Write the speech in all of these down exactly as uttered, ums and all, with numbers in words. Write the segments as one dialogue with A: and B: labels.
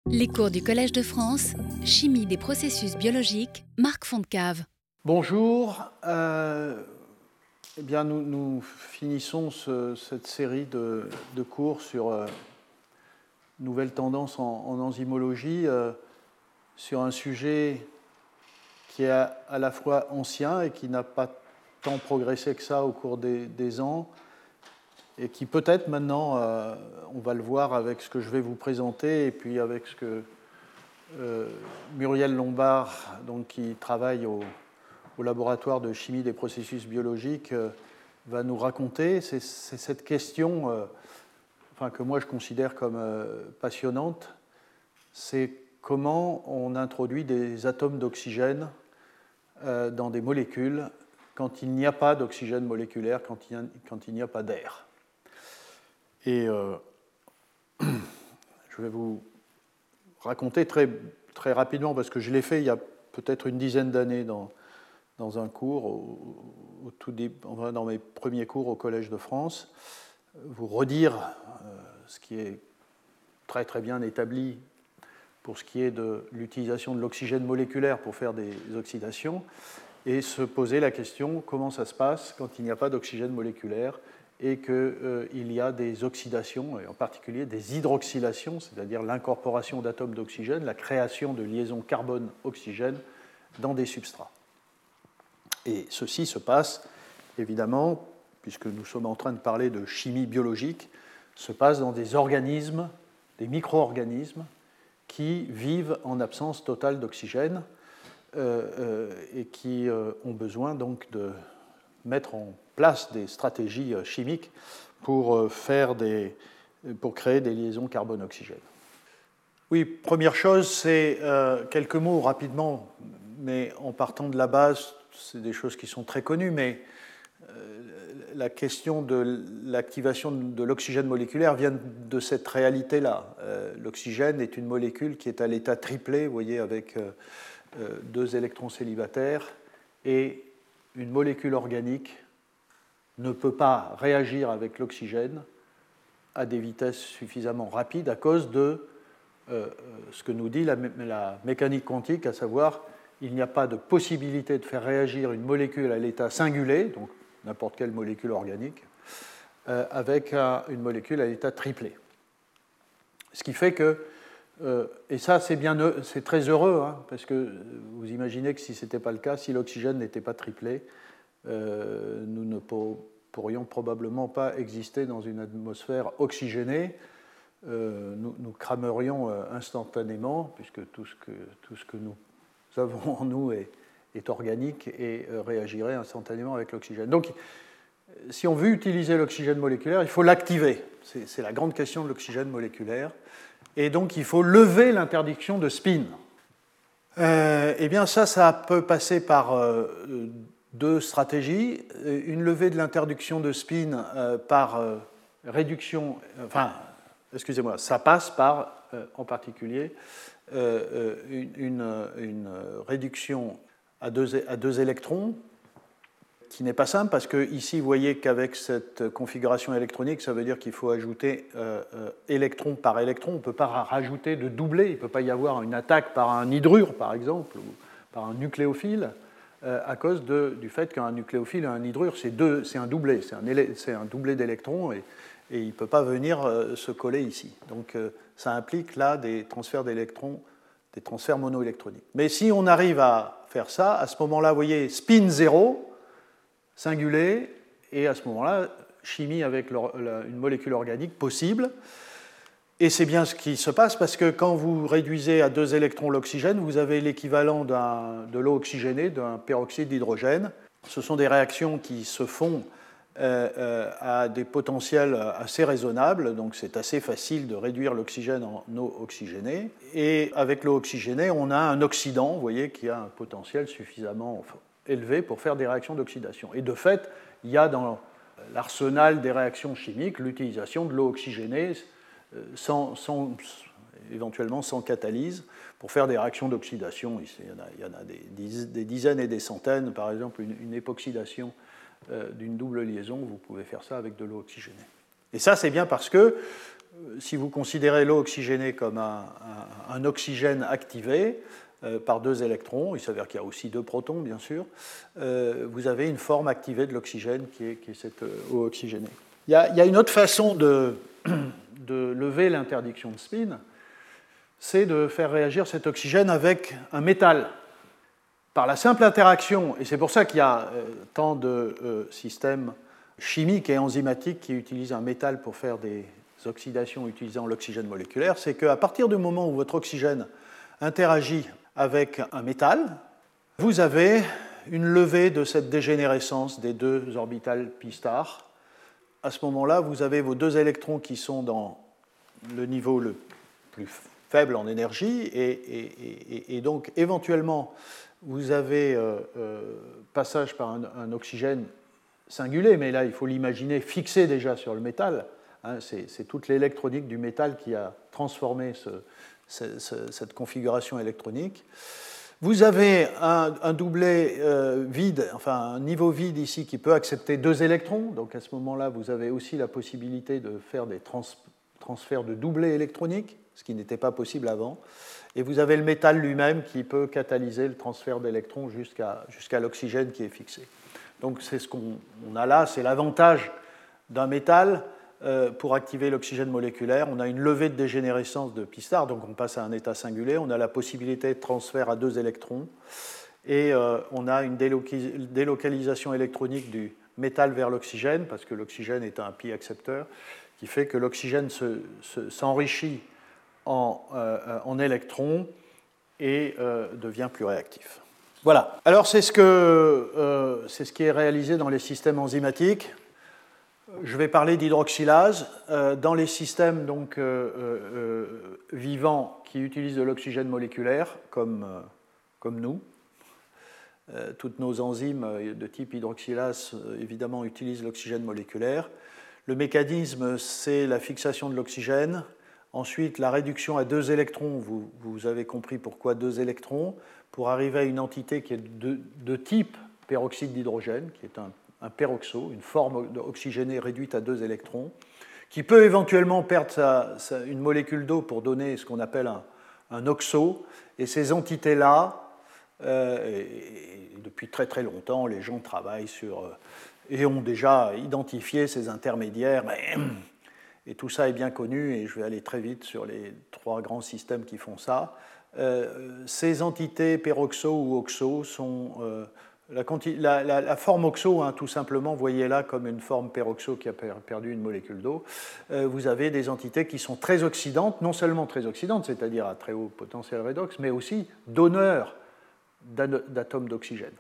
A: Les cours du Collège de France, Chimie des processus biologiques, Marc Fontcave.
B: Bonjour, euh, eh bien nous, nous finissons ce, cette série de, de cours sur euh, nouvelles tendances en, en enzymologie, euh, sur un sujet qui est à, à la fois ancien et qui n'a pas tant progressé que ça au cours des, des ans, et qui peut-être maintenant, euh, on va le voir avec ce que je vais vous présenter, et puis avec ce que euh, Muriel Lombard, donc, qui travaille au, au laboratoire de chimie des processus biologiques, euh, va nous raconter. C'est, c'est cette question euh, enfin, que moi je considère comme euh, passionnante, c'est comment on introduit des atomes d'oxygène euh, dans des molécules quand il n'y a pas d'oxygène moléculaire, quand il, a, quand il n'y a pas d'air. Et euh, je vais vous raconter très, très rapidement, parce que je l'ai fait il y a peut-être une dizaine d'années dans, dans un cours, au, au tout début, enfin, dans mes premiers cours au Collège de France, vous redire euh, ce qui est très très bien établi pour ce qui est de l'utilisation de l'oxygène moléculaire pour faire des oxydations, et se poser la question comment ça se passe quand il n'y a pas d'oxygène moléculaire et qu'il euh, y a des oxydations, et en particulier des hydroxylations, c'est-à-dire l'incorporation d'atomes d'oxygène, la création de liaisons carbone-oxygène dans des substrats. Et ceci se passe, évidemment, puisque nous sommes en train de parler de chimie biologique, se passe dans des organismes, des micro-organismes, qui vivent en absence totale d'oxygène euh, euh, et qui euh, ont besoin donc de mettre en place des stratégies chimiques pour, faire des, pour créer des liaisons carbone-oxygène. Oui, première chose, c'est euh, quelques mots rapidement, mais en partant de la base, c'est des choses qui sont très connues, mais euh, la question de l'activation de l'oxygène moléculaire vient de cette réalité-là. Euh, l'oxygène est une molécule qui est à l'état triplé, vous voyez, avec euh, deux électrons célibataires, et une molécule organique ne peut pas réagir avec l'oxygène à des vitesses suffisamment rapides à cause de euh, ce que nous dit la, la mécanique quantique, à savoir il n'y a pas de possibilité de faire réagir une molécule à l'état singulé, donc n'importe quelle molécule organique, euh, avec un, une molécule à l'état triplé. Ce qui fait que, euh, et ça c'est, bien, c'est très heureux, hein, parce que vous imaginez que si ce n'était pas le cas, si l'oxygène n'était pas triplé, euh, nous ne pourrions probablement pas exister dans une atmosphère oxygénée. Euh, nous, nous cramerions euh, instantanément, puisque tout ce que, tout ce que nous avons en nous est, est organique et euh, réagirait instantanément avec l'oxygène. Donc, si on veut utiliser l'oxygène moléculaire, il faut l'activer. C'est, c'est la grande question de l'oxygène moléculaire. Et donc, il faut lever l'interdiction de spin. Euh, eh bien, ça, ça peut passer par euh, deux stratégies. Une levée de l'interdiction de spin euh, par euh, réduction, enfin, excusez-moi, ça passe par, euh, en particulier, euh, une, une, une réduction à deux, à deux électrons, qui n'est pas simple, parce que ici, vous voyez qu'avec cette configuration électronique, ça veut dire qu'il faut ajouter euh, euh, électron par électron. On ne peut pas rajouter de doublé. Il ne peut pas y avoir une attaque par un hydrure, par exemple, ou par un nucléophile, euh, à cause de, du fait qu'un nucléophile et un hydrure, c'est, deux, c'est un doublé. C'est un, c'est un doublé d'électrons, et, et il ne peut pas venir euh, se coller ici. Donc, euh, ça implique là des transferts d'électrons, des transferts monoélectroniques. Mais si on arrive à faire ça, à ce moment-là, vous voyez, spin zéro, singulier, et à ce moment-là, chimie avec une molécule organique possible. Et c'est bien ce qui se passe, parce que quand vous réduisez à deux électrons l'oxygène, vous avez l'équivalent d'un, de l'eau oxygénée, d'un peroxyde d'hydrogène. Ce sont des réactions qui se font euh, euh, à des potentiels assez raisonnables, donc c'est assez facile de réduire l'oxygène en eau oxygénée. Et avec l'eau oxygénée, on a un oxydant, vous voyez, qui a un potentiel suffisamment élevé pour faire des réactions d'oxydation. Et de fait, il y a dans l'arsenal des réactions chimiques l'utilisation de l'eau oxygénée sans, sans, éventuellement sans catalyse pour faire des réactions d'oxydation. Il y en a, il y en a des, des dizaines et des centaines. Par exemple, une, une époxydation euh, d'une double liaison, vous pouvez faire ça avec de l'eau oxygénée. Et ça, c'est bien parce que si vous considérez l'eau oxygénée comme un, un, un oxygène activé euh, par deux électrons, il s'avère qu'il y a aussi deux protons, bien sûr, euh, vous avez une forme activée de l'oxygène qui est, qui est cette eau oxygénée. Il y a, il y a une autre façon de, de lever l'interdiction de spin, c'est de faire réagir cet oxygène avec un métal. Par la simple interaction, et c'est pour ça qu'il y a euh, tant de euh, systèmes chimiques et enzymatiques qui utilisent un métal pour faire des oxydations utilisant l'oxygène moléculaire, c'est qu'à partir du moment où votre oxygène interagit avec un métal, vous avez une levée de cette dégénérescence des deux orbitales pi star. À ce moment-là, vous avez vos deux électrons qui sont dans le niveau le plus faible en énergie, et, et, et, et donc éventuellement, vous avez euh, euh, passage par un, un oxygène singulé, mais là, il faut l'imaginer fixé déjà sur le métal. Hein, c'est, c'est toute l'électronique du métal qui a transformé ce, ce, ce, cette configuration électronique. Vous avez un, un doublet euh, vide, enfin un niveau vide ici qui peut accepter deux électrons. Donc à ce moment-là, vous avez aussi la possibilité de faire des trans, transferts de doublets électroniques, ce qui n'était pas possible avant. Et vous avez le métal lui-même qui peut catalyser le transfert d'électrons jusqu'à, jusqu'à l'oxygène qui est fixé. Donc c'est ce qu'on a là, c'est l'avantage d'un métal euh, pour activer l'oxygène moléculaire. On a une levée de dégénérescence de pi star, donc on passe à un état singulé. On a la possibilité de transfert à deux électrons. Et euh, on a une délocalisation électronique du métal vers l'oxygène, parce que l'oxygène est un pi accepteur, qui fait que l'oxygène se, se, s'enrichit En, euh, en électrons et euh, devient plus réactif. Voilà. Alors c'est ce, que, euh, c'est ce qui est réalisé dans les systèmes enzymatiques. Je vais parler d'hydroxylase. Euh, dans les systèmes donc, euh, euh, vivants qui utilisent de l'oxygène moléculaire, comme, euh, comme nous, euh, toutes nos enzymes de type hydroxylase, évidemment, utilisent l'oxygène moléculaire. Le mécanisme, c'est la fixation de l'oxygène. Ensuite, la réduction à deux électrons, vous, vous avez compris pourquoi deux électrons, pour arriver à une entité qui est de, de type peroxyde d'hydrogène, qui est un, un peroxo, une forme oxygénée réduite à deux électrons, qui peut éventuellement perdre sa, sa, une molécule d'eau pour donner ce qu'on appelle un, un oxo. Et ces entités-là, euh, et, et depuis très très longtemps, les gens travaillent sur, euh, et ont déjà identifié ces intermédiaires. Mais, et tout ça est bien connu, et je vais aller très vite sur les trois grands systèmes qui font ça. Euh, ces entités peroxo ou oxo sont euh, la, la, la, la forme oxo, hein, tout simplement, voyez-la comme une forme peroxo qui a perdu une molécule d'eau. Euh, vous avez des entités qui sont très oxydantes, non seulement très oxydantes, c'est-à-dire à très haut potentiel redox, mais aussi donneurs d'atomes d'oxygène.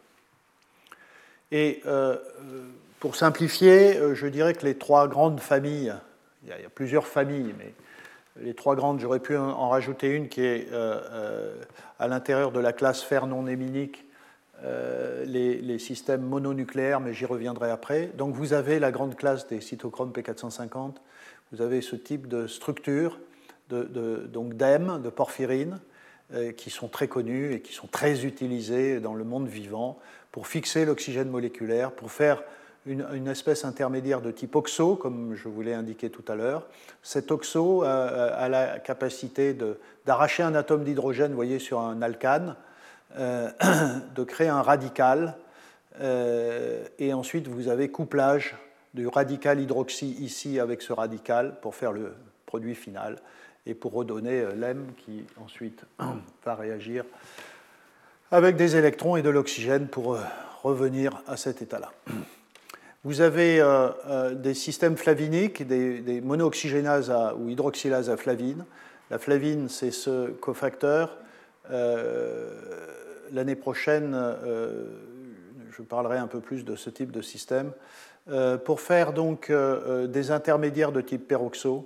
B: Et euh, pour simplifier, je dirais que les trois grandes familles, il y a, il y a plusieurs familles, mais les trois grandes, j'aurais pu en rajouter une qui est euh, euh, à l'intérieur de la classe fer non héminique, euh, les, les systèmes mononucléaires, mais j'y reviendrai après. Donc vous avez la grande classe des cytochromes P quatre cent cinquante, vous avez ce type de structure, de, de, donc d'E M, de porphyrine, euh, qui sont très connus et qui sont très utilisés dans le monde vivant pour fixer l'oxygène moléculaire, pour faire Une, une espèce intermédiaire de type oxo, comme je vous l'ai indiqué tout à l'heure. Cet oxo a, a la capacité de, d'arracher un atome d'hydrogène, vous voyez, sur un alcane, euh, de créer un radical, euh, et ensuite vous avez couplage du radical hydroxy ici avec ce radical pour faire le produit final, et pour redonner l'E M qui ensuite va réagir avec des électrons et de l'oxygène pour revenir à cet état-là. Vous avez euh, euh, des systèmes flaviniques, des, des monooxygénases à, ou hydroxylases à flavine. La flavine, c'est ce cofacteur. Euh, l'année prochaine, euh, je parlerai un peu plus de ce type de système. Euh, pour faire donc euh, des intermédiaires de type peroxo,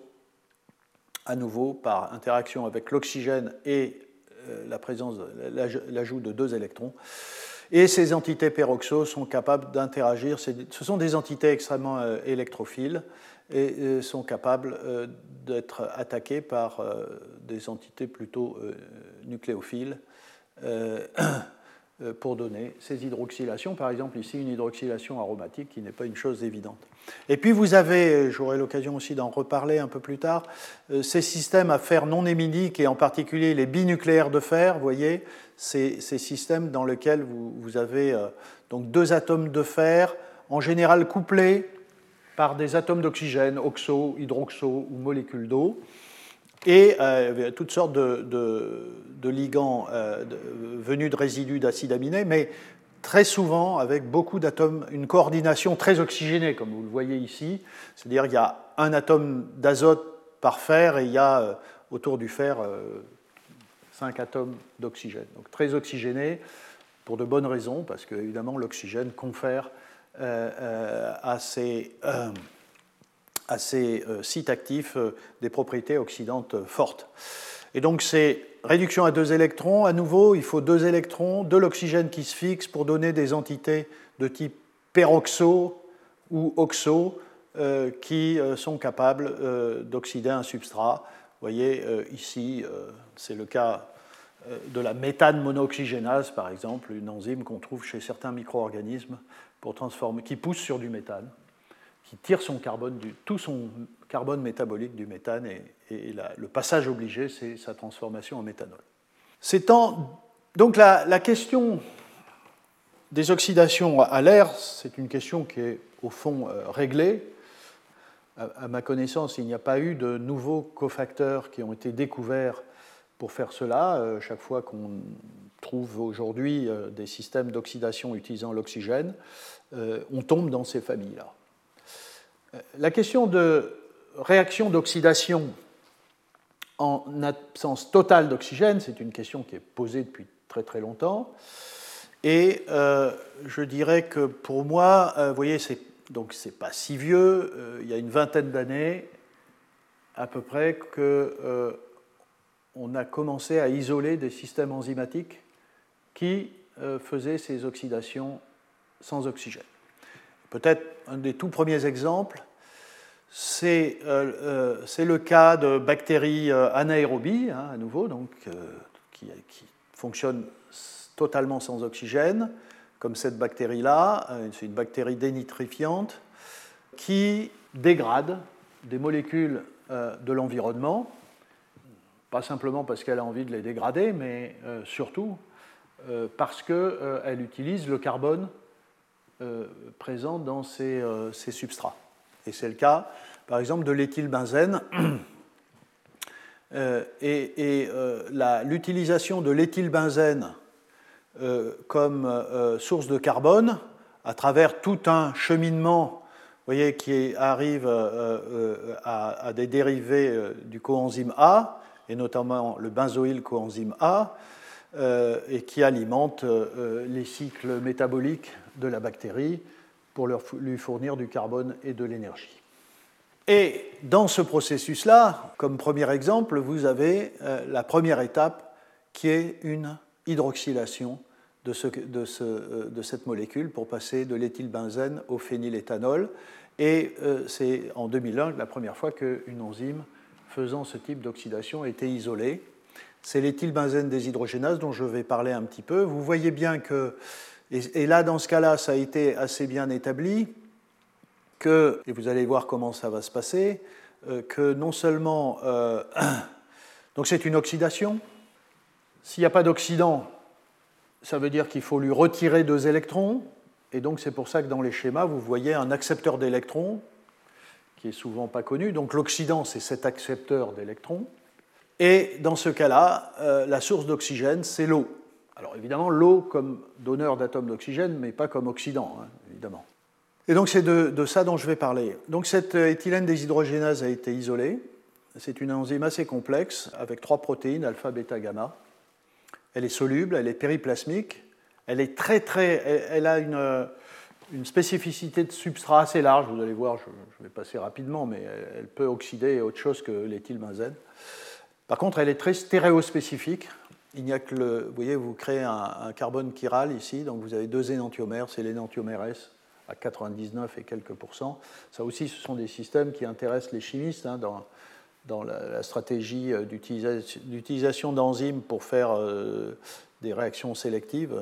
B: à nouveau par interaction avec l'oxygène et euh, la présence, l'ajout de deux électrons. Et ces entités peroxo sont capables d'interagir. Ce sont des entités extrêmement euh, électrophiles et euh, sont capables euh, d'être attaquées par euh, des entités plutôt euh, nucléophiles. Euh, pour donner ces hydroxylations. Par exemple, ici, une hydroxylation aromatique qui n'est pas une chose évidente. Et puis, vous avez, j'aurai l'occasion aussi d'en reparler un peu plus tard, ces systèmes à fer non héminiques et en particulier les binucléaires de fer, vous voyez, ces, ces systèmes dans lesquels vous, vous avez euh, donc deux atomes de fer, en général couplés par des atomes d'oxygène, oxo, hydroxo ou molécules d'eau, et euh, toutes sortes de, de, de ligands euh, de, venus de résidus d'acides aminés, mais très souvent avec beaucoup d'atomes, une coordination très oxygénée, comme vous le voyez ici, c'est-à-dire qu'il y a un atome d'azote par fer et il y a euh, autour du fer euh, cinq atomes d'oxygène. Donc très oxygéné pour de bonnes raisons, parce que évidemment l'oxygène confère euh, euh, à ces... Euh, à ces sites actifs des propriétés oxydantes fortes. Et donc, c'est réduction à deux électrons. À nouveau, il faut deux électrons, de l'oxygène qui se fixe pour donner des entités de type peroxo ou oxo euh, qui sont capables euh, d'oxyder un substrat. Vous voyez, euh, ici, euh, c'est le cas de la méthane monooxygénase, par exemple, une enzyme qu'on trouve chez certains micro-organismes pour transformer, qui pousse sur du méthane, qui tire son carbone du, tout son carbone métabolique du méthane, et, et la, le passage obligé, c'est sa transformation en méthanol. En, donc la, la question des oxydations à l'air, c'est une question qui est au fond euh, réglée. À, à ma connaissance, il n'y a pas eu de nouveaux cofacteurs qui ont été découverts pour faire cela. Euh, chaque fois qu'on trouve aujourd'hui euh, des systèmes d'oxydation utilisant l'oxygène, euh, on tombe dans ces familles-là. La question de réaction d'oxydation en absence totale d'oxygène, c'est une question qui est posée depuis très très longtemps. Et euh, je dirais que pour moi, euh, vous voyez, c'est, donc c'est pas si vieux, euh, il y a une vingtaine d'années à peu près que euh, on a commencé à isoler des systèmes enzymatiques qui euh, faisaient ces oxydations sans oxygène. Peut-être un des tout premiers exemples, c'est, euh, euh, c'est le cas de bactéries euh, anaérobies, hein, à nouveau, donc, euh, qui, qui fonctionnent totalement sans oxygène, comme cette bactérie-là. Euh, c'est une bactérie dénitrifiante qui dégrade des molécules euh, de l'environnement, pas simplement parce qu'elle a envie de les dégrader, mais euh, surtout euh, parce qu'elle euh, utilise le carbone Euh, présent dans ces, euh, ces substrats. Et c'est le cas, par exemple, de l'éthylbenzène. euh, et et euh, la, l'utilisation de l'éthylbenzène euh, comme euh, source de carbone à travers tout un cheminement, vous voyez, qui arrive euh, euh, à, à des dérivés euh, du coenzyme A, et notamment le benzoyl coenzyme A, euh, et qui alimente euh, les cycles métaboliques de la bactérie pour leur, lui fournir du carbone et de l'énergie. Et dans ce processus-là, comme premier exemple, vous avez euh, la première étape qui est une hydroxylation de, ce, de, ce, euh, de cette molécule pour passer de l'éthylbenzène au phényléthanol. Et euh, c'est en deux mille un la première fois qu'une enzyme faisant ce type d'oxydation a été isolée. C'est l'éthylbenzène déshydrogénase dont je vais parler un petit peu. Vous voyez bien que, et là dans ce cas-là, ça a été assez bien établi, que, et vous allez voir comment ça va se passer, euh, que non seulement, euh, donc c'est une oxydation, s'il n'y a pas d'oxydant, ça veut dire qu'il faut lui retirer deux électrons, et donc c'est pour ça que dans les schémas, vous voyez un accepteur d'électrons, qui est souvent pas connu, donc l'oxydant c'est cet accepteur d'électrons, et dans ce cas-là, euh, la source d'oxygène, c'est l'eau. Alors évidemment, l'eau comme donneur d'atomes d'oxygène, mais pas comme oxydant, hein, évidemment. Et donc c'est de, de ça dont je vais parler. Donc cette éthylène déshydrogénase a été isolée. C'est une enzyme assez complexe, avec trois protéines, alpha, bêta, gamma. Elle est soluble, elle est périplasmique, elle est très très, elle, elle a une, une spécificité de substrat assez large, vous allez voir, je, je vais passer rapidement, mais elle, elle peut oxyder autre chose que l'éthylbenzène. Par contre, elle est très stéréospécifique. Il n'y a que le, vous voyez, vous créez un, un carbone chiral ici, donc vous avez deux énantiomères, c'est l'énantiomère S à quatre-vingt-dix-neuf et quelques pourcents. Ça aussi, ce sont des systèmes qui intéressent les chimistes hein, dans, dans la, la stratégie d'utilisation, d'utilisation d'enzymes pour faire euh, des réactions sélectives.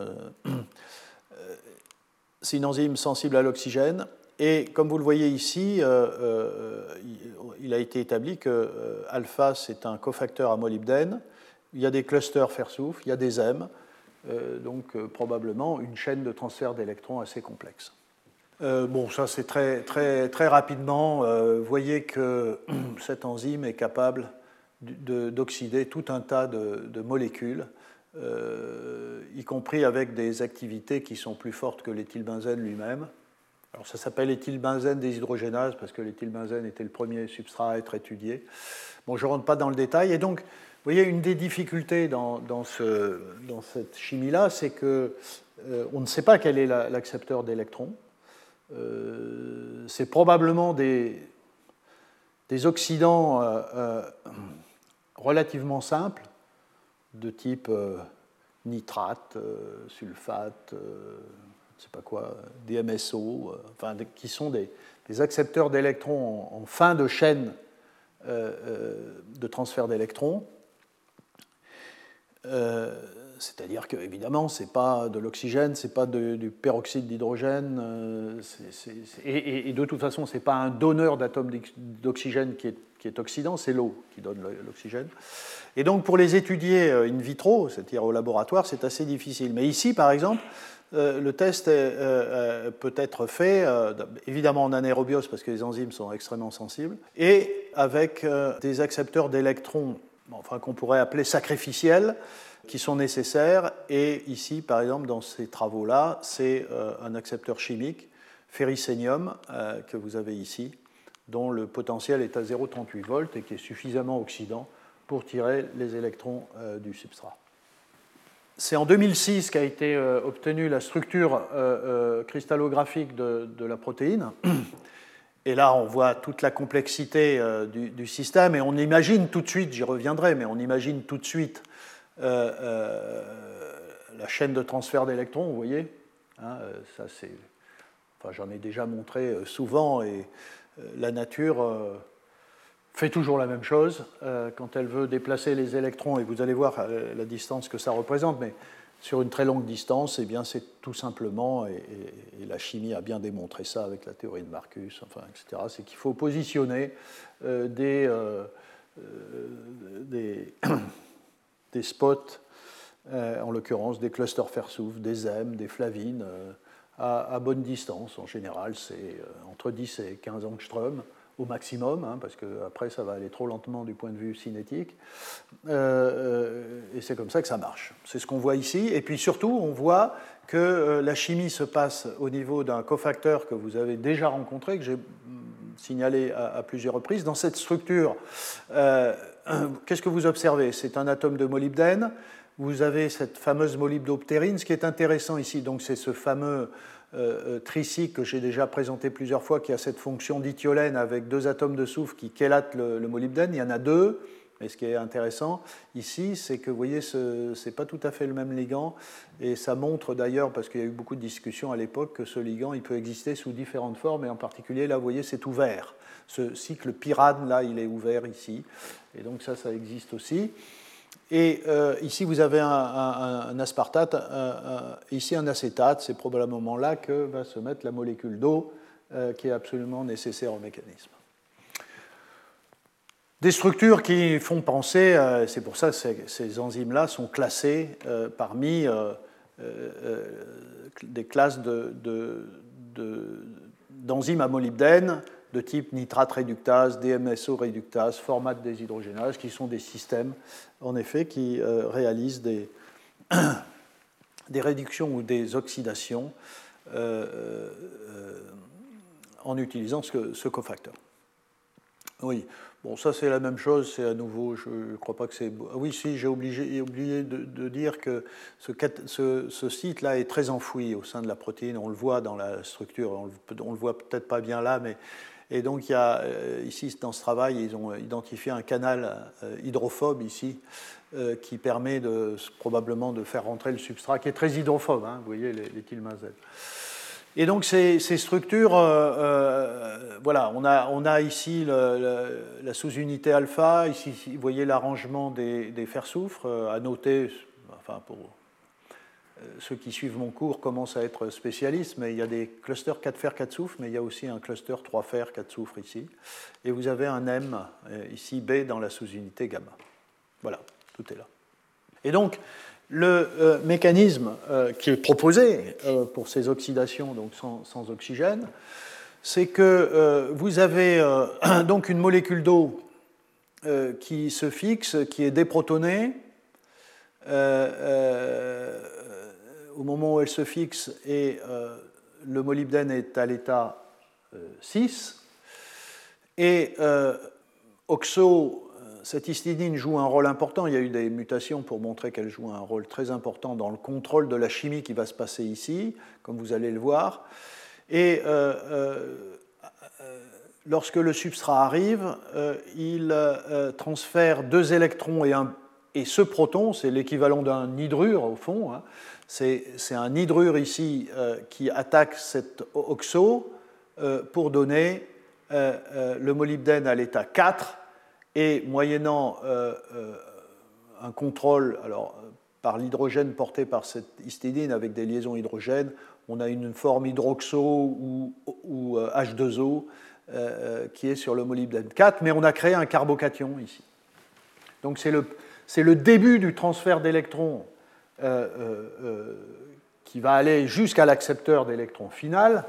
B: C'est une enzyme sensible à l'oxygène. Et comme vous le voyez ici, euh, euh, il a été établi que euh, alpha, c'est un cofacteur à molybdène. Il y a des clusters fer-soufre, il y a des M, euh, donc euh, probablement une chaîne de transfert d'électrons assez complexe. Euh, bon, ça c'est très, très, très rapidement. Euh, vous voyez que cette enzyme est capable de, d'oxyder tout un tas de, de molécules, euh, y compris avec des activités qui sont plus fortes que l'éthylbenzène lui-même. Alors ça s'appelle éthylbenzène déshydrogénase parce que l'éthylbenzène était le premier substrat à être étudié. Bon, je ne rentre pas dans le détail. Et donc, vous voyez, une des difficultés dans, dans, ce, dans cette chimie-là, c'est qu'on euh, ne sait pas quel est la, l'accepteur d'électrons. Euh, c'est probablement des, des oxydants euh, euh, relativement simples, de type euh, nitrate, euh, sulfate, euh, je ne sais pas quoi, D M S O, euh, enfin, qui sont des, des accepteurs d'électrons en, en fin de chaîne euh, euh, de transfert d'électrons. Euh, c'est-à-dire que, évidemment, ce n'est pas de l'oxygène, ce n'est pas de, du peroxyde d'hydrogène, euh, c'est, c'est, c'est, et, et de toute façon, ce n'est pas un donneur d'atomes d'oxygène qui est, qui est oxydant, c'est l'eau qui donne l'oxygène. Et donc, pour les étudier in vitro, c'est-à-dire au laboratoire, c'est assez difficile. Mais ici, par exemple, euh, le test est, euh, peut être fait, euh, évidemment en anaérobiose, parce que les enzymes sont extrêmement sensibles, et avec euh, des accepteurs d'électrons, enfin, qu'on pourrait appeler sacrificiels, qui sont nécessaires. Et ici, par exemple, dans ces travaux-là, c'est euh, un accepteur chimique, ferricénium, euh, que vous avez ici, dont le potentiel est à zéro virgule trente-huit volts et qui est suffisamment oxydant pour tirer les électrons euh, du substrat. C'est en deux mille six qu'a été euh, obtenue la structure euh, euh, cristallographique de, de la protéine. Et là, on voit toute la complexité euh, du, du système, et on imagine tout de suite, j'y reviendrai, mais on imagine tout de suite euh, euh, la chaîne de transfert d'électrons, vous voyez, hein, ça c'est, enfin, j'en ai déjà montré souvent, et euh, la nature euh, fait toujours la même chose euh, quand elle veut déplacer les électrons, et vous allez voir euh, la distance que ça représente, mais sur une très longue distance, eh bien, c'est tout simplement, et, et, et la chimie a bien démontré ça avec la théorie de Marcus, enfin, et cetera, c'est qu'il faut positionner euh, des, euh, euh, des, des spots, euh, en l'occurrence des clusters fer-soufre, des M, des flavines, euh, à, à bonne distance. En général, c'est euh, entre dix et quinze angstroms au maximum, hein, parce qu'après ça va aller trop lentement du point de vue cinétique, euh, et c'est comme ça que ça marche. C'est ce qu'on voit ici, et puis surtout on voit que euh, la chimie se passe au niveau d'un cofacteur que vous avez déjà rencontré, que j'ai signalé à, à plusieurs reprises. Dans cette structure, euh, qu'est-ce que vous observez? C'est un atome de molybdène, vous avez cette fameuse molybdoptérine. Ce qui est intéressant ici, donc, c'est ce fameux Euh, tricycle que j'ai déjà présenté plusieurs fois, qui a cette fonction dithiolène avec deux atomes de soufre qui chélatent le, le molybdène. Il y en a deux, mais ce qui est intéressant ici, c'est que vous voyez, ce n'est pas tout à fait le même ligand, et ça montre d'ailleurs, parce qu'il y a eu beaucoup de discussions à l'époque, que ce ligand il peut exister sous différentes formes, et en particulier là, vous voyez, c'est ouvert. Ce cycle pyrane là, il est ouvert ici, et donc ça, ça existe aussi. Et euh, ici, vous avez un, un, un aspartate, un, un, ici un acétate. C'est probablement là que va se mettre la molécule d'eau euh, qui est absolument nécessaire au mécanisme. Des structures qui font penser, euh, c'est pour ça que ces, ces enzymes-là sont classées euh, parmi euh, euh, des classes de, de, de, d'enzymes à molybdène de type nitrate réductase, D M S O réductase, formate déshydrogénase, qui sont des systèmes, en effet, qui euh, réalisent des, des réductions ou des oxydations euh, euh, en utilisant ce, ce cofacteur. Oui, bon, ça c'est la même chose, c'est à nouveau, je ne crois pas que c'est... Ah oui, si, j'ai oublié, oublié de, de dire que ce, ce, ce site-là est très enfoui au sein de la protéine, on le voit dans la structure, on ne le voit peut-être pas bien là, mais... Et donc, il y a, ici, dans ce travail, ils ont identifié un canal hydrophobe, ici, euh, qui permet de, probablement de faire rentrer le substrat, qui est très hydrophobe, hein, vous voyez, l'éthylbenzène. Et donc, ces, ces structures, euh, euh, voilà, on a, on a ici le, le, la sous-unité alpha, ici, vous voyez l'arrangement des, des fer-soufre, euh, à noter, enfin, pour ceux qui suivent mon cours commencent à être spécialistes, mais il y a des clusters quatre fer, quatre soufres, mais il y a aussi un cluster trois fer, quatre soufres ici. Et vous avez un M, ici B, dans la sous-unité gamma. Voilà, tout est là. Et donc, le euh, mécanisme euh, qui est proposé euh, pour ces oxydations donc sans, sans oxygène, c'est que euh, vous avez euh, donc une molécule d'eau euh, qui se fixe, qui est déprotonée, euh, euh, au moment où elle se fixe, et euh, le molybdène est à l'état euh, six, et euh, oxo, cette histidine joue un rôle important. Il y a eu des mutations pour montrer qu'elle joue un rôle très important dans le contrôle de la chimie qui va se passer ici, comme vous allez le voir. Et euh, euh, lorsque le substrat arrive, euh, il euh, transfère deux électrons et, un, et ce proton, c'est l'équivalent d'un hydrure au fond, hein. c'est, c'est un hydrure ici euh, qui attaque cet oxo euh, pour donner euh, euh, le molybdène à l'état quatre, et moyennant euh, euh, un contrôle alors, par l'hydrogène porté par cette histidine avec des liaisons hydrogènes, on a une forme hydroxo ou, ou euh, H deux O euh, qui est sur le molybdène quatre, mais on a créé un carbocation ici. Donc c'est le, c'est le début du transfert d'électrons euh, euh, euh, qui va aller jusqu'à l'accepteur d'électrons final.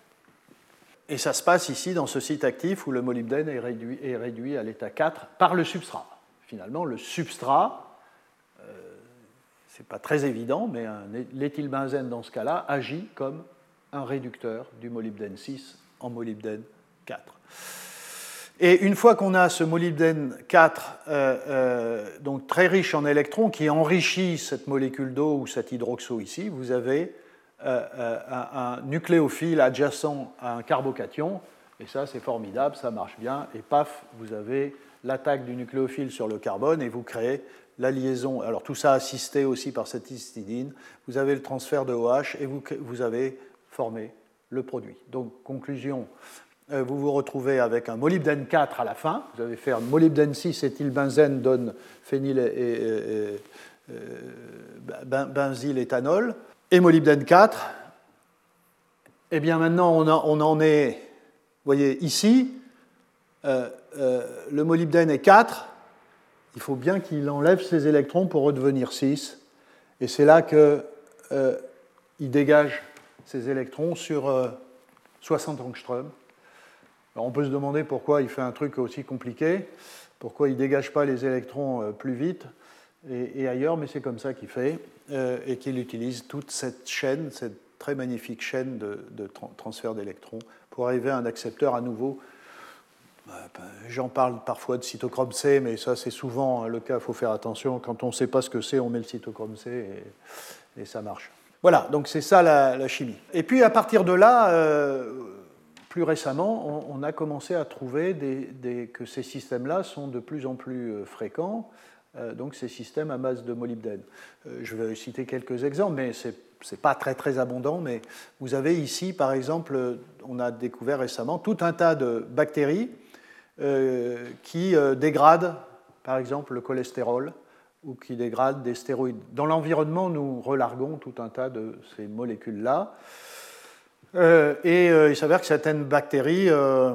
B: Et ça se passe ici dans ce site actif où le molybdène est réduit, est réduit à l'état quatre par le substrat. Finalement, le substrat, euh, ce n'est pas très évident, mais un, l'éthylbenzène dans ce cas-là agit comme un réducteur du molybdène six en molybdène quatre. Et une fois qu'on a ce molybdène quatre, euh, euh, donc très riche en électrons, qui enrichit cette molécule d'eau ou cet hydroxo ici, vous avez Euh, un, un nucléophile adjacent à un carbocation, et ça c'est formidable, ça marche bien, et paf, vous avez l'attaque du nucléophile sur le carbone et vous créez la liaison. Alors tout ça assisté aussi par cette histidine, vous avez le transfert de OH et vous, vous avez formé le produit. Donc conclusion, euh, vous vous retrouvez avec un molybdène quatre à la fin, vous avez fait un molybdène six, éthylbenzène donne phényl et, et, et, et ben, benzyléthanol. Et molybdène quatre, eh bien maintenant on, a, on en est, vous voyez ici, euh, euh, le molybdène est quatre, il faut bien qu'il enlève ses électrons pour redevenir six, et c'est là qu'il euh, dégage ses électrons sur euh, soixante angstroms. Alors on peut se demander pourquoi il fait un truc aussi compliqué, pourquoi il ne dégage pas les électrons euh, plus vite et, et ailleurs, mais c'est comme ça qu'il fait. Euh, et qu'il utilise toute cette chaîne, cette très magnifique chaîne de, de tra- transfert d'électrons pour arriver à un accepteur à nouveau. Euh, ben, j'en parle parfois de cytochrome C, mais ça c'est souvent hein, le cas, il faut faire attention. Quand on ne sait pas ce que c'est, on met le cytochrome C et, et ça marche. Voilà, donc c'est ça la, la chimie. Et puis à partir de là, euh, plus récemment, on, on a commencé à trouver des, des, que ces systèmes-là sont de plus en plus fréquents. Donc ces systèmes à base de molybdène. Je vais citer quelques exemples, mais ce n'est pas très très abondant, mais vous avez ici, par exemple, on a découvert récemment tout un tas de bactéries euh, qui euh, dégradent, par exemple, le cholestérol ou qui dégradent des stéroïdes. Dans l'environnement, nous relarguons tout un tas de ces molécules-là. Euh, et euh, il s'avère que certaines bactéries euh,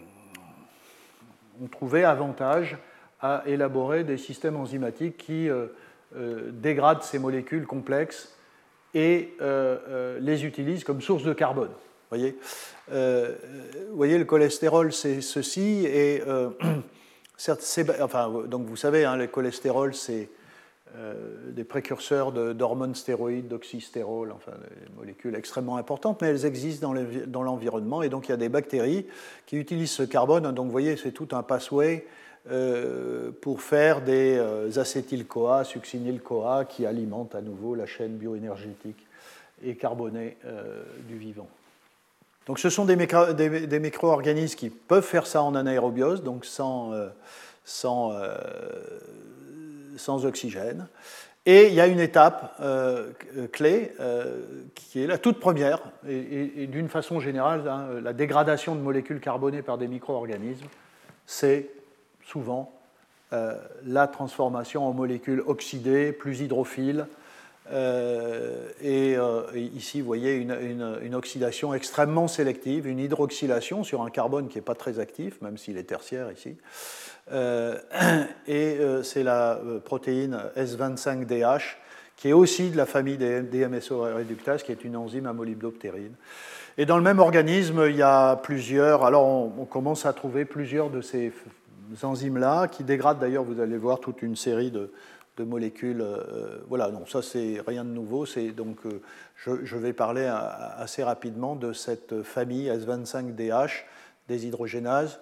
B: ont trouvé avantage à élaborer des systèmes enzymatiques qui euh, euh, dégradent ces molécules complexes et euh, euh, les utilisent comme source de carbone. Vous voyez, euh, vous voyez le cholestérol, c'est ceci, et euh, c'est, enfin, donc vous savez, hein, le cholestérol, c'est euh, des précurseurs de, d'hormones stéroïdes, d'oxystérol, enfin des molécules extrêmement importantes, mais elles existent dans, dans l'environnement, et donc il y a des bactéries qui utilisent ce carbone. Donc vous voyez, c'est tout un pathway Euh, pour faire des euh, acétyl-CoA, succinyl-CoA qui alimentent à nouveau la chaîne bioénergétique et carbonée euh, du vivant. Donc ce sont des, micro- des, des micro-organismes qui peuvent faire ça en anaérobiose, donc sans, euh, sans, euh, sans oxygène. Et il y a une étape euh, clé euh, qui est la toute première, et, et, et d'une façon générale, hein, la dégradation de molécules carbonées par des micro-organismes, c'est souvent euh, la transformation en molécules oxydées, plus hydrophiles, Euh, et, euh, et ici, vous voyez une, une, une oxydation extrêmement sélective, une hydroxylation sur un carbone qui n'est pas très actif, même s'il est tertiaire ici. Euh, et euh, c'est la protéine S vingt-cinq D H, qui est aussi de la famille des D M S O réductase, qui est une enzyme à molybdoptérine. Et dans le même organisme, il y a plusieurs, alors on, on commence à trouver plusieurs de ces enzymes-là, qui dégradent d'ailleurs, vous allez voir, toute une série de, de molécules. Euh, voilà, non, ça c'est rien de nouveau. C'est donc, euh, je, je vais parler à, assez rapidement de cette famille S vingt-cinq D H, des hydrogénases,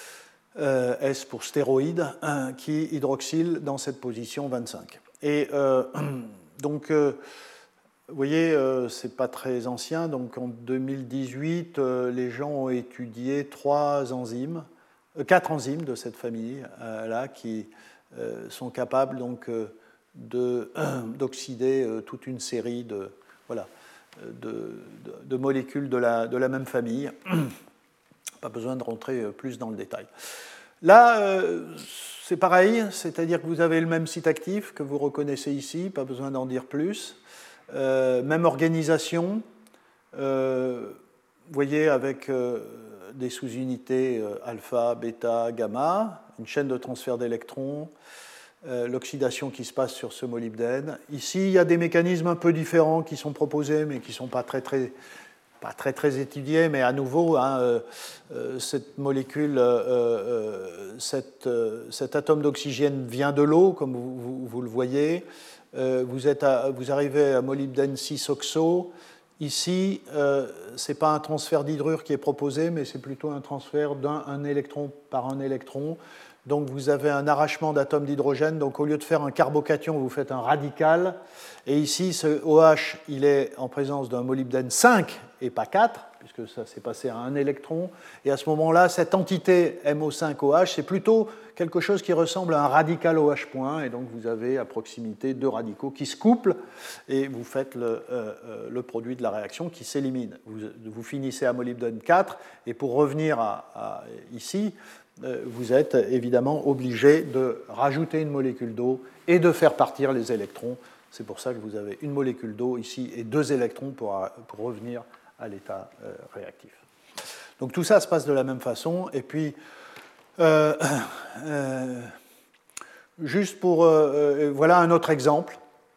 B: euh, S pour stéroïde, hein, qui hydroxyle dans cette position vingt-cinq. Et euh, donc, euh, vous voyez, euh, ce n'est pas très ancien. Donc en deux mille dix-huit, euh, les gens ont étudié trois enzymes, euh, quatre enzymes de cette famille-là, qui euh, sont capables donc, euh, de, euh, d'oxyder euh, toute une série de, voilà, de, de, de molécules de la, de la même famille. Pas besoin de rentrer plus dans le détail. Là, euh, c'est pareil, c'est-à-dire que vous avez le même site actif que vous reconnaissez ici, pas besoin d'en dire plus. Euh, même organisation, euh, vous voyez, avec euh, des sous-unités euh, alpha, bêta, gamma, une chaîne de transfert d'électrons, euh, l'oxydation qui se passe sur ce molybdène. Ici, il y a des mécanismes un peu différents qui sont proposés, mais qui ne sont pas très, très, pas très, très étudiés, mais à nouveau, hein, euh, euh, cette molécule, euh, euh, cette, euh, cet atome d'oxygène vient de l'eau, comme vous, vous, vous le voyez. Euh, vous, êtes à, vous arrivez à molybdène six oxo. Ici, euh, ce n'est pas un transfert d'hydrure qui est proposé, mais c'est plutôt un transfert d'un un électron par un électron. Donc vous avez un arrachement d'atomes d'hydrogène. Donc au lieu de faire un carbocation, vous faites un radical. Et ici, ce OH, il est en présence d'un molybdène cinq et pas quatre, puisque ça s'est passé à un électron. Et à ce moment-là, cette entité M O cinq O H, c'est plutôt quelque chose qui ressemble à un radical OH point. Et donc vous avez à proximité deux radicaux qui se couplent et vous faites le, euh, le produit de la réaction qui s'élimine. Vous, vous finissez à molybdène quatre. Et pour revenir à, à ici, vous êtes évidemment obligé de rajouter une molécule d'eau et de faire partir les électrons. C'est pour ça que vous avez une molécule d'eau ici et deux électrons pour, pour revenir à l'état euh, réactif. Donc tout ça se passe de la même façon. Et puis, euh, euh, juste pour... Euh, voilà un autre exemple.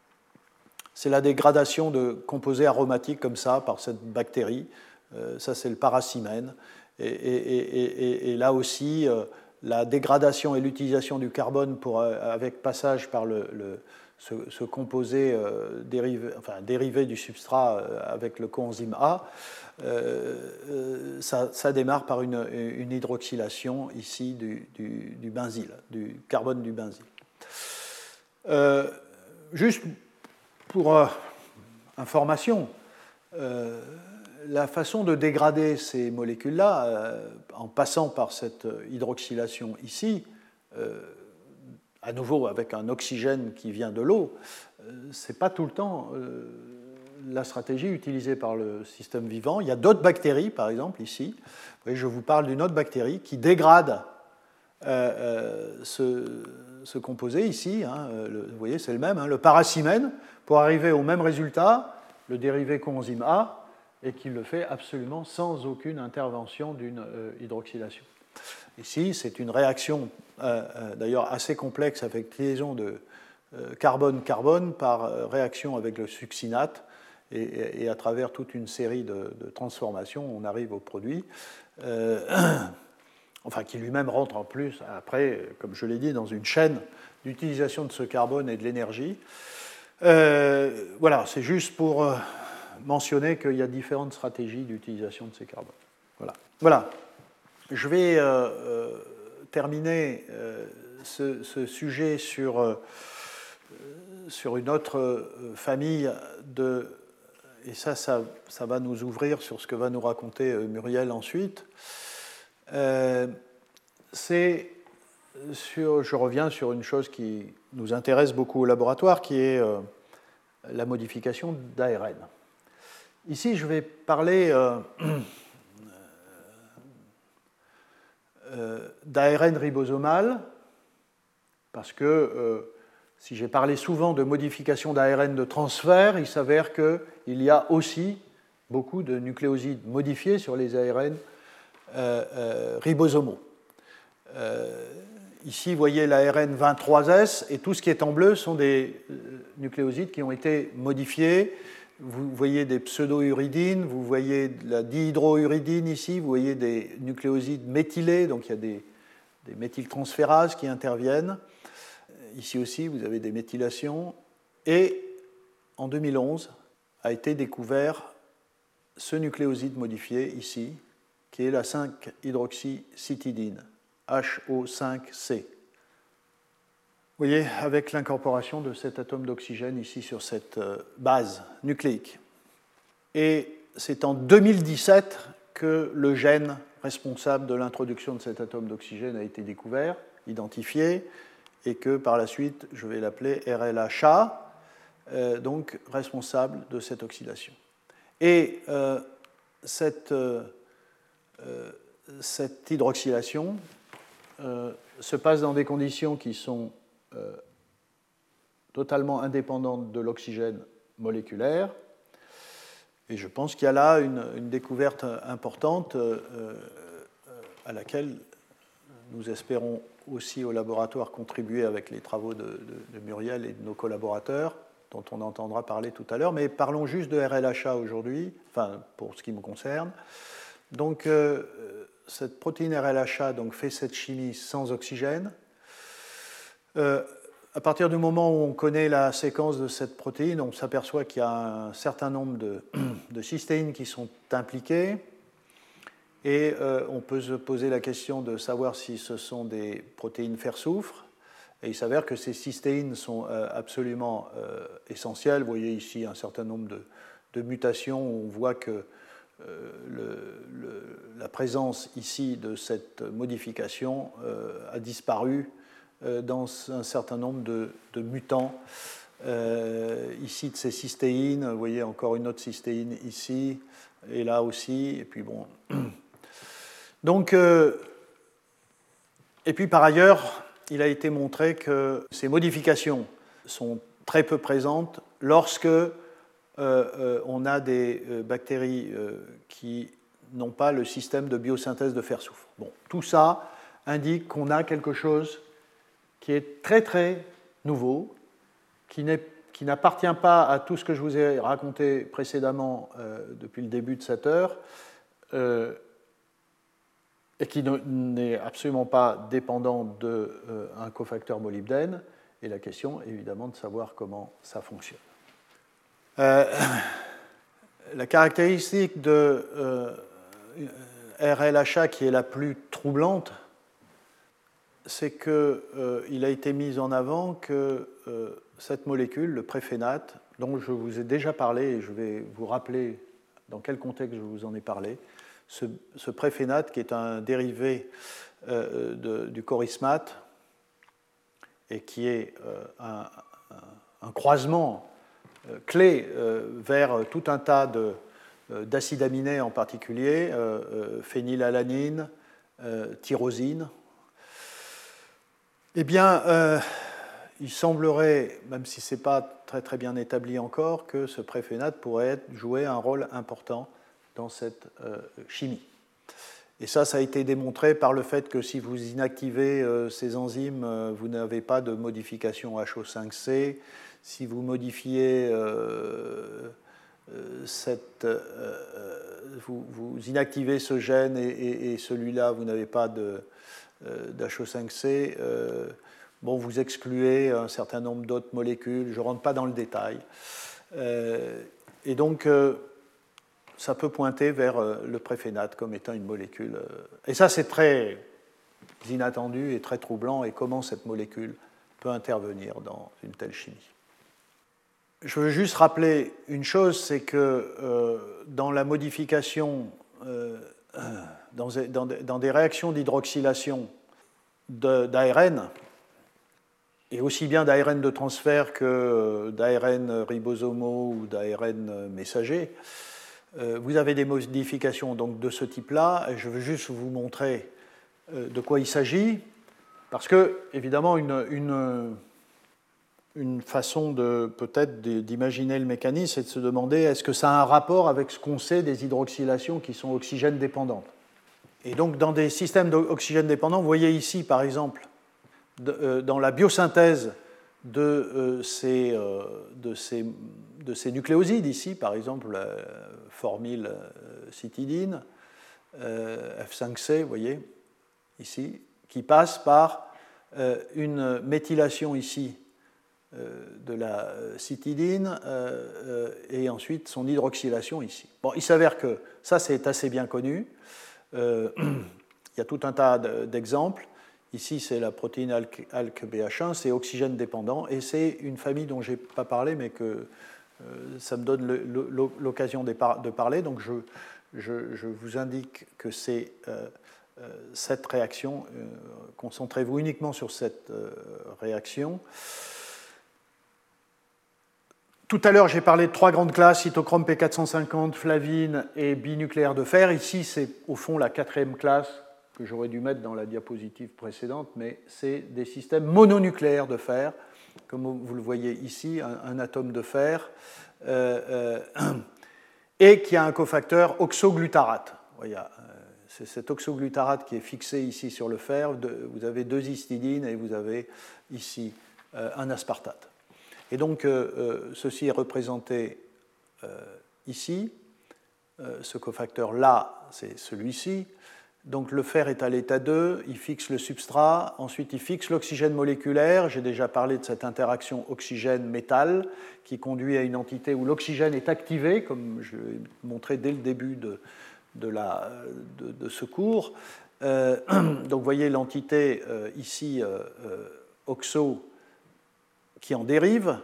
B: C'est la dégradation de composés aromatiques comme ça par cette bactérie. Euh, ça, c'est le paracimène. Et, et, et, et là aussi, euh, la dégradation et l'utilisation du carbone pour, euh, avec passage par le, le, ce, ce composé euh, dérivé, enfin, dérivé du substrat euh, avec le coenzyme A, euh, euh, ça, ça démarre par une, une hydroxylation ici du, du, du benzyle, du carbone du benzyle. Euh, juste pour euh, information, euh, la façon de dégrader ces molécules-là, euh, en passant par cette hydroxylation ici, euh, à nouveau avec un oxygène qui vient de l'eau, euh, ce n'est pas tout le temps euh, la stratégie utilisée par le système vivant. Il y a d'autres bactéries, par exemple, ici. Vous voyez, je vous parle d'une autre bactérie qui dégrade euh, euh, ce, ce composé ici. Hein, le, vous voyez, c'est le même, hein, le paracimène, pour arriver au même résultat, le dérivé coenzyme A, et qui le fait absolument sans aucune intervention d'une euh, hydroxylation. Ici, c'est une réaction euh, euh, d'ailleurs assez complexe avec liaison de euh, carbone-carbone par euh, réaction avec le succinate, et, et, et à travers toute une série de, de transformations, on arrive au produit, euh, enfin qui lui-même rentre en plus, après, comme je l'ai dit, dans une chaîne d'utilisation de ce carbone et de l'énergie. Euh, voilà, c'est juste pour... Euh, mentionner qu'il y a différentes stratégies d'utilisation de ces carbones. Voilà. Voilà. Je vais euh, euh, terminer euh, ce, ce sujet sur, euh, sur une autre euh, famille de... Et ça, ça, ça va nous ouvrir sur ce que va nous raconter euh, Muriel ensuite. Euh, c'est sur... Je reviens sur une chose qui nous intéresse beaucoup au laboratoire, qui est euh, la modification d'A R N. Ici, je vais parler euh, euh, d'A R N ribosomal, parce que euh, si j'ai parlé souvent de modification d'A R N de transfert, il s'avère qu'il y a aussi beaucoup de nucléosides modifiés sur les A R N euh, euh, ribosomaux. Euh, ici, vous voyez l'A R N vingt-trois S, et tout ce qui est en bleu sont des euh, nucléosides qui ont été modifiés. Vous voyez des pseudo-uridines, vous voyez de la dihydrouridine ici, vous voyez des nucléosides méthylés, donc il y a des, des méthyltransférases qui interviennent. Ici aussi, vous avez des méthylations. Et en deux mille onze, a été découvert ce nucléoside modifié ici, qui est la cinq hydroxycitidine, H O cinq C. Vous voyez, avec l'incorporation de cet atome d'oxygène ici sur cette base nucléique. Et c'est en deux mille dix-sept que le gène responsable de l'introduction de cet atome d'oxygène a été découvert, identifié, et que par la suite, je vais l'appeler R L H A, euh, donc responsable de cette oxydation. Et euh, cette, euh, cette hydroxylation euh, se passe dans des conditions qui sont euh, totalement indépendantes de l'oxygène moléculaire. Et je pense qu'il y a là une, une découverte importante euh, euh, à laquelle nous espérons aussi au laboratoire contribuer avec les travaux de, de, de Muriel et de nos collaborateurs, dont on entendra parler tout à l'heure. Mais parlons juste de R L H A aujourd'hui, enfin pour ce qui me concerne. Donc euh, cette protéine R L H A donc, fait cette chimie sans oxygène. Euh, à partir du moment où on connaît la séquence de cette protéine, on s'aperçoit qu'il y a un certain nombre de, de cystéines qui sont impliquées. Et euh, on peut se poser la question de savoir si ce sont des protéines fer-soufre. Et il s'avère que ces cystéines sont euh, absolument euh, essentielles. Vous voyez ici un certain nombre de, de mutations où on voit que euh, le, le, la présence ici de cette modification euh, a disparu euh, dans un certain nombre de, de mutants. Euh, ici de ces cystéines, vous voyez encore une autre cystéine ici, et là aussi. Et puis bon... Donc, euh, et puis par ailleurs, il a été montré que ces modifications sont très peu présentes lorsque euh, euh, on a des euh, bactéries euh, qui n'ont pas le système de biosynthèse de fer-soufre. Bon, tout ça indique qu'on a quelque chose qui est très très nouveau, qui n'est qui n'appartient pas à tout ce que je vous ai raconté précédemment euh, depuis le début de cette heure, euh, et qui n'est absolument pas dépendant d'un euh, cofacteur molybdène, et la question est évidemment de savoir comment ça fonctionne. Euh, la caractéristique de euh, R L H A qui est la plus troublante, c'est qu'il euh, a été mis en avant que euh, cette molécule, le préphénate, dont je vous ai déjà parlé, et je vais vous rappeler dans quel contexte je vous en ai parlé, Ce, ce préphénate, qui est un dérivé euh, de, du chorismate et qui est euh, un, un, un croisement euh, clé euh, vers tout un tas de, euh, d'acides aminés en particulier, euh, euh, phénylalanine, euh, tyrosine, eh bien, euh, il semblerait, même si ce n'est pas très, très bien établi encore, que ce préphénate pourrait être, jouer un rôle important dans cette euh, chimie. Et ça, ça a été démontré par le fait que si vous inactivez euh, ces enzymes, euh, vous n'avez pas de modification H O cinq C. Si vous modifiez euh, euh, cette... Euh, vous, vous inactivez ce gène et, et, et celui-là, vous n'avez pas de, euh, d'H O cinq C. Euh, bon, vous excluez un certain nombre d'autres molécules. Je ne rentre pas dans le détail. Euh, et donc... Euh, ça peut pointer vers le préphénate comme étant une molécule. Et ça, c'est très inattendu et très troublant, et comment cette molécule peut intervenir dans une telle chimie. Je veux juste rappeler une chose, c'est que euh, dans la modification, euh, dans, dans, dans des réactions d'hydroxylation d'A R N, et aussi bien d'A R N de transfert que d'A R N ribosomaux ou d'A R N messagers, vous avez des modifications donc, de ce type-là, et je veux juste vous montrer de quoi il s'agit, parce que, évidemment, une, une, une façon de peut-être d'imaginer le mécanisme, c'est de se demander est-ce que ça a un rapport avec ce qu'on sait des hydroxylations qui sont oxygène dépendantes. Et donc dans des systèmes d'oxygène dépendants, vous voyez ici par exemple de, euh, dans la biosynthèse de, euh, ces, euh, de, ces, de ces nucléosides ici, par exemple la formylcitidine, euh, F cinq C, vous voyez ici, qui passe par euh, une méthylation ici de la citidine euh, et ensuite son hydroxylation ici. Bon, il s'avère que ça, c'est assez bien connu. Euh, il y a tout un tas d'exemples. Ici, c'est la protéine ALK B H un, c'est oxygène dépendant, et c'est une famille dont je n'ai pas parlé, mais que euh, ça me donne l'occasion de parler. Donc, je, je, je vous indique que c'est euh, euh, cette réaction. Euh, concentrez-vous uniquement sur cette euh, réaction. Tout à l'heure, j'ai parlé de trois grandes classes, cytochrome P quatre cent cinquante, flavine et binucléaire de fer. Ici, c'est au fond la quatrième classe que j'aurais dû mettre dans la diapositive précédente, mais c'est des systèmes mononucléaires de fer, comme vous le voyez ici, un, un atome de fer, euh, euh, et qui a un cofacteur oxoglutarate. Voyez, c'est cet oxoglutarate qui est fixé ici sur le fer. Vous avez deux histidines et vous avez ici euh, un aspartate. Et donc, euh, ceci est représenté euh, ici. Euh, ce cofacteur-là, c'est celui-ci. Donc, le fer est à l'état deux, il fixe le substrat, ensuite il fixe l'oxygène moléculaire. J'ai déjà parlé de cette interaction oxygène-métal qui conduit à une entité où l'oxygène est activé, comme je l'ai montré dès le début de, de, la, de, de ce cours. Euh, donc, vous voyez l'entité euh, ici, euh, euh, oxo, qui en dérive,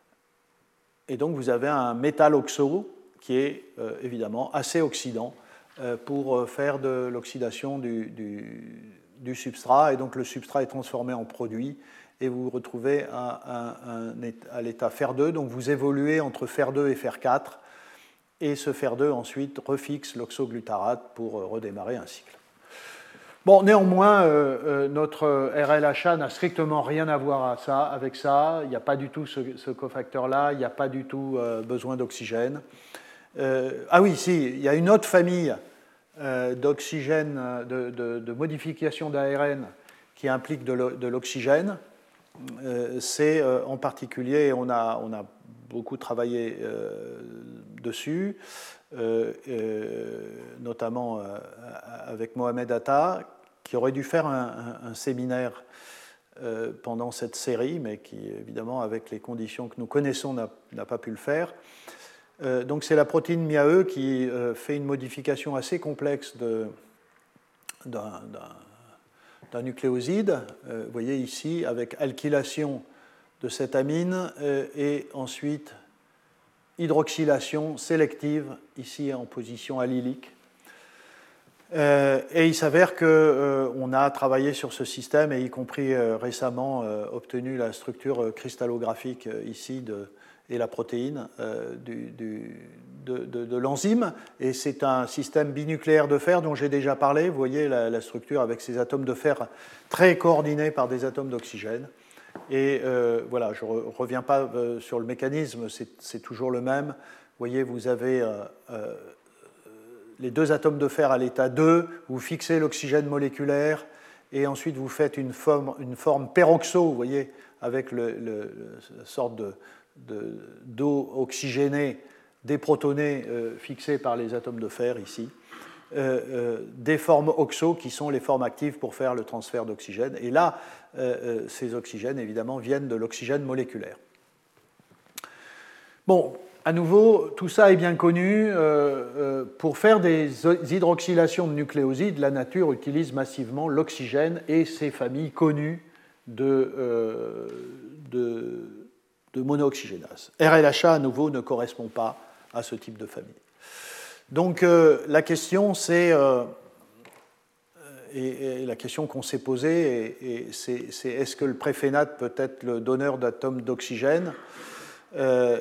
B: et donc vous avez un métal oxo qui est euh, évidemment assez oxydant euh, pour faire de l'oxydation du, du, du substrat, et donc le substrat est transformé en produit, et vous vous retrouvez à, à, à l'état fer deux, donc vous évoluez entre fer deux et fer quatre, et ce fer deux ensuite refixe l'oxoglutarate pour redémarrer un cycle. Bon, néanmoins, euh, euh, notre R L H A n'a strictement rien à voir à ça, avec ça. Il n'y a pas du tout ce, ce cofacteur-là, il n'y a pas du tout euh, besoin d'oxygène. Euh, ah oui, si, il y a une autre famille euh, d'oxygène, de, de, de modification d'A R N qui implique de l'oxygène. Euh, C'est euh, en particulier, on a, on a beaucoup travaillé euh, dessus, Euh, euh, notamment euh, avec Mohamed Atta, qui aurait dû faire un, un, un séminaire euh, pendant cette série, mais qui, évidemment, avec les conditions que nous connaissons, n'a pas pu le faire. Euh, donc, c'est la protéine M I A E qui euh, fait une modification assez complexe d'un nucléoside. Euh, vous voyez ici, avec alkylation de cette amine euh, et ensuite hydroxylation sélective, ici en position allylique. Euh, et il s'avère qu'on euh, a travaillé sur ce système, et y compris euh, récemment euh, obtenu la structure cristallographique euh, ici de, et la protéine euh, du, du, de, de, de l'enzyme. Et c'est un système binucléaire de fer dont j'ai déjà parlé. Vous voyez la, la structure avec ces atomes de fer très coordonnés par des atomes d'oxygène. Et euh, voilà, je ne reviens pas euh, sur le mécanisme, c'est toujours le même. Vous voyez, vous avez euh, euh, les deux atomes de fer à l'état deux, vous fixez l'oxygène moléculaire, et ensuite vous faites une forme, une forme peroxo, vous voyez, avec le, le, la sorte de, de, d'eau oxygénée déprotonée euh, fixée par les atomes de fer ici. Euh, euh, des formes oxo qui sont les formes actives pour faire le transfert d'oxygène. Et là, euh, euh, ces oxygènes, évidemment, viennent de l'oxygène moléculaire. Bon, à nouveau, tout ça est bien connu. Euh, euh, pour faire des hydroxylations de nucléosides, la nature utilise massivement l'oxygène et ses familles connues de, euh, de, de monooxygénase. R L H A, à nouveau, ne correspond pas à ce type de famille. Donc euh, la question, c'est, euh, et, et la question qu'on s'est posée, et, et c'est est-ce que le préphénate peut être le donneur d'atomes d'oxygène euh,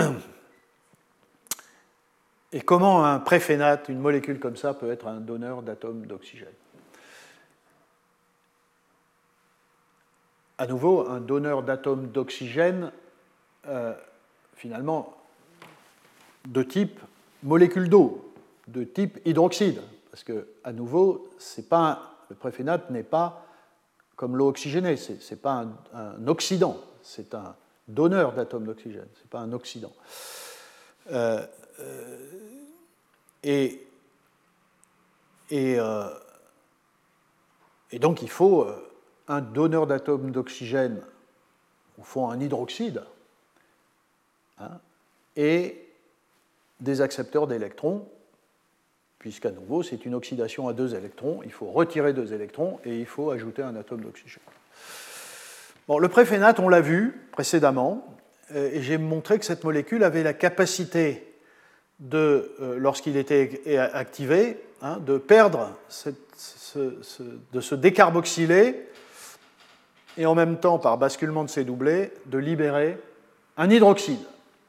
B: et comment un préphénate, une molécule comme ça, peut être un donneur d'atomes d'oxygène? à nouveau un donneur d'atomes d'oxygène, euh, finalement, de type molécule d'eau, de type hydroxyde. Parce que, à nouveau, c'est pas un, le préphénate n'est pas comme l'eau oxygénée, ce n'est pas un, un oxydant, c'est un donneur d'atomes d'oxygène, ce n'est pas un oxydant. Euh, euh, et, et, euh, et donc il faut un donneur d'atomes d'oxygène, au fond un hydroxyde, hein, et des accepteurs d'électrons, puisqu'à nouveau c'est une oxydation à deux électrons, il faut retirer deux électrons et il faut ajouter un atome d'oxygène. Bon, le préphénate, on l'a vu précédemment, et j'ai montré que cette molécule avait la capacité de, euh, lorsqu'il était activé, hein, de perdre, cette, ce, ce, de se décarboxyler, et en même temps, par basculement de ces doublets, de libérer un hydroxyde.